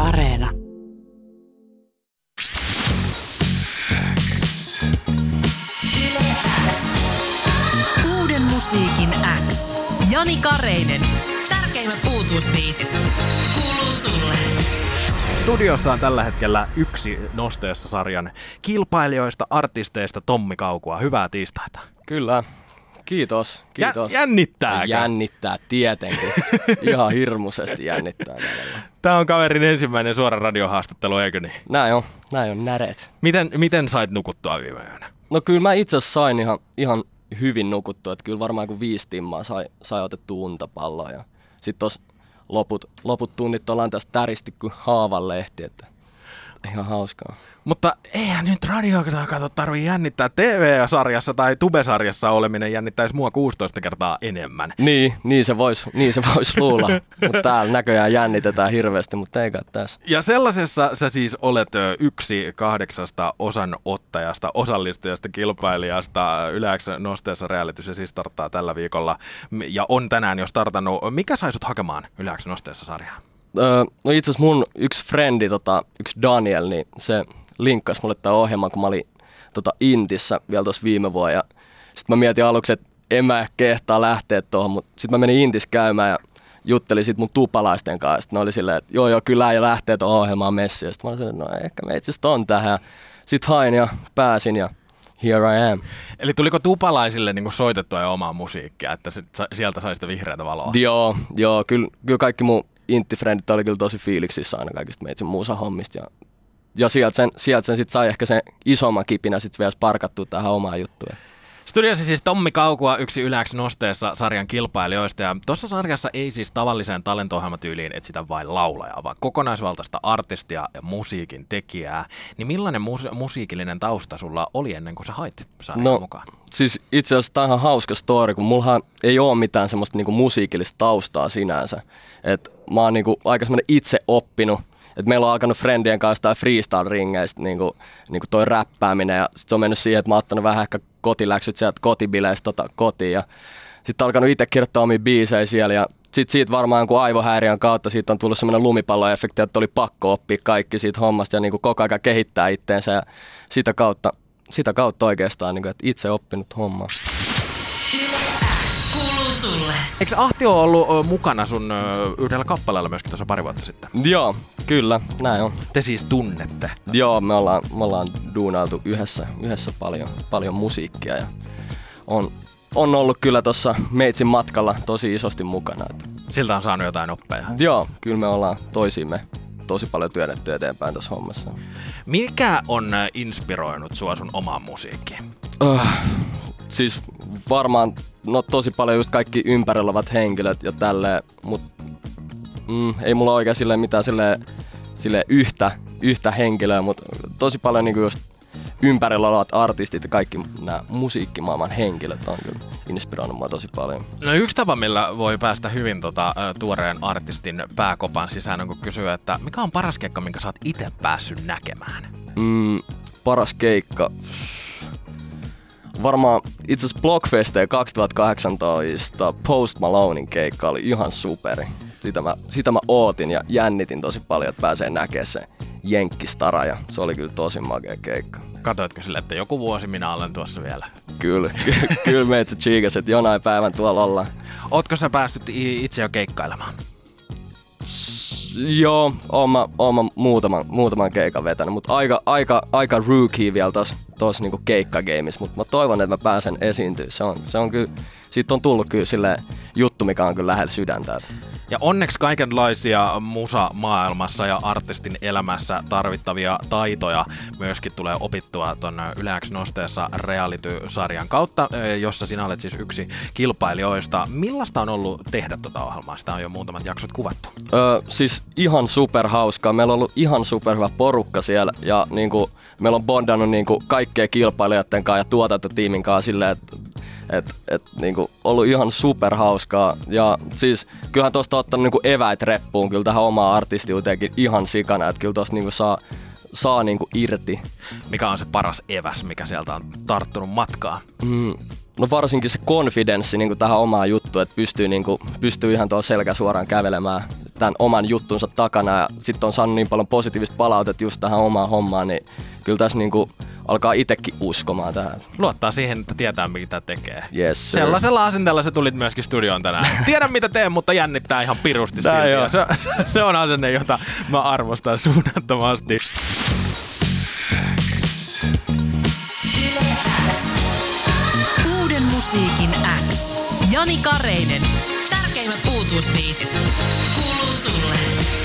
Areena. Yle X. Uuden musiikin X. Jani Kareinen. Tärkeimmät uutuusbiisit. Kuuluu sulle. Studiossa on tällä hetkellä yksi Nosteessa sarjan kilpailijoista, artisteista Tommi Kaukua. Hyvää tiistaita. Kyllä. Kiitos. Jännittääkö? Jännittää tietenkin. Ihan hirmuisesti jännittää tällä. Tämä on kaverin ensimmäinen suora radiohaastattelu, eikö niin? Näin on näreet. Miten sait nukuttua viime yönä? No kyllä mä itse asiassa sain ihan hyvin nukuttua, että kyllä varmaan kun 5 timmaa sai otettua untapalloa ja sitten tuossa loput tunnit ollaan tästä täristi kuin haavanlehti, että ihan hauskaa. Mutta eihän nyt radiokato tarvitse jännittää. TV-sarjassa tai Tube-sarjassa oleminen jännittäisi mua 16 kertaa enemmän. Niin se vois luulla, mutta täällä näköjään jännitetään hirveästi, mutta eikä tässä. Ja sellaisessa sä siis olet yksi 8 osanottajasta, osallistujasta, kilpailijasta. Yle X Nosteessa reality se siis starttaa tällä viikolla ja on tänään jo startannut. Mikä sai sut hakemaan Yle X Nosteessa sarjaa? No itse asiassa mun yksi frendi, yksi Daniel, niin se linkkasi mulle tämän ohjelman, kun mä olin Intissä vielä tuossa viime vuonna. Ja sitten mä mietin aluksi, että en mä ehkä kehtaa lähteä tuohon, mutta sitten mä menin Intissä käymään ja juttelin sit mun tupalaisten kanssa. Sitten ne oli silleen, että joo, kyllä ja lähtee tuohon ohjelmaan messiin. Ja sitten mä olin silleen, että no ehkä me itse asiassa on tähän. Sitten hain ja pääsin ja here I am. Eli tuliko tupalaisille niin kuin soitettua jo omaa musiikkia, että sieltä sai sitä vihreätä valoa? Joo, kyllä kaikki mun Intti-frendit oli kyllä tosi fiiliksissä aina kaikista meitsin muusahommista. Ja sieltä sen sit sai ehkä sen isomman kipinä sit vielä sparkattua tähän omaan juttuun. Studiossa siis Tommi Kaukua, yksi Yle X Nosteessa sarjan kilpailijoista. Ja tuossa sarjassa ei siis tavalliseen talento-ohjelmatyyliin etsitä vain laulajaa, vaan kokonaisvaltaista artistia ja musiikin tekijää. Niin millainen musiikillinen tausta sulla oli ennen kuin sä hait sarjan mukaan? Siis itse asiassa tämä on ihan hauska story, kun mullahan ei ole mitään semmoista niinku musiikillista taustaa sinänsä. Et mä oon niinku aika semmoinen itse oppinut. Et meillä on alkanut friendien kanssa tää freestyle-ringeistä niinku toi räppääminen ja sit se on mennyt siihen, että mä oon ottanut vähän ehkä kotiläksyt sieltä kotibileistä kotiin ja sit alkanut itse kirjoittaa omia biisejä siellä ja sit siitä varmaan jonkun aivohäiriön kautta siitä on tullut semmoinen lumipalloefekti, että oli pakko oppia kaikki siitä hommasta ja niinku koko ajan kehittää itteensä ja sitä kautta oikeastaan niinku, että itse oppinut hommaa. Sulle. Eikö Ahti ole ollut mukana sun yhdellä kappaleella myöskin tuossa pari vuotta sitten? Joo, kyllä, näin on. Te siis tunnette? Joo, me ollaan duunailtu yhdessä paljon musiikkia ja on ollut kyllä tuossa meitsin matkalla tosi isosti mukana. Siltä on saanut jotain oppeja? Joo, kyllä me ollaan toisiimme tosi paljon työnnetty eteenpäin tässä hommassa. Mikä on inspiroinut sua sun omaan musiikkiin? Siis varmaan tosi paljon just kaikki ympärillä olevat henkilöt ja tälleen, mutta ei mulla oikein silleen mitään silleen yhtä henkilöä, mutta tosi paljon niinku just ympärillä olevat artistit ja kaikki nämä musiikkimaailman henkilöt on kyllä inspiroinut mua tosi paljon. No yksi tapa, millä voi päästä hyvin tuoreen artistin pääkopan sisään on kun kysyy, että mikä on paras keikka, minkä sä oot itse päässyt näkemään? Paras keikka. Varmaan itse asiassa Blockfesteen 2018 Post Malonein keikka oli ihan superi. Sitä mä ootin ja jännitin tosi paljon, että pääsee näkemään se jenkkistara ja se oli kyllä tosi makea keikka. Katoitko sille, että joku vuosi minä olen tuossa vielä? Kyllä meitä chiikas, että jonain päivän tuolla ollaan. Ootko sä päässyt itse jo keikkailemaan? Joo, oon mä muutaman keikan vetänyt, mutta aika rookie vielä tossa niinku keikkageimissa, mutta mä toivon, että mä pääsen esiintyä. Se on kyllä, siitä on tullut kyllä silleen juttu, mikä on kyllä lähellä sydäntä. Ja onneksi kaikenlaisia musa-maailmassa ja artistin elämässä tarvittavia taitoja myöskin tulee opittua ton Yle X Nosteessa reality-sarjan kautta, jossa sinä olet siis yksi kilpailijoista. Millaista on ollut tehdä tota ohjelmaa? Sitä on jo muutamat jaksot kuvattu. Siis ihan superhauskaa. Meillä on ollut ihan superhyvä porukka siellä ja niinku, meillä on bondannut niinku kaikkea kilpailijoiden kanssa ja tuotantotiimin kanssa silleen, että niinku ollut ihan superhauskaa ja siis kyllähän tosta ottanut niinku eväät reppuun kyllä tähän omaan artistiuteenkin ihan sikana, että kyllä tosta niinku saa niinku irti. Mikä on se paras eväs, mikä sieltä on tarttunut matkaa? No varsinkin se konfidenssi niinku tähän omaan juttuun, että pystyy ihan tuolla selkä suoraan kävelemään tämän oman juttunsa takana ja sitten on saanut niin paljon positiivista palautetta just tähän omaan hommaan, niin kyllä tässä niinku alkaa itsekin uskomaan tähän. Luottaa siihen, että tietää mitä tekee. Yes, sir. Sellaisella asenteella sä tulit myöskin studioon tänään. Tiedän mitä teen, mutta jännittää ihan pirusti silti. Se on asenne, jota mä arvostan suunnattomasti. Uuden musiikin X. Jani Kareinen. Tärkeimmät uutuusbiisit. Kuuluu sulle.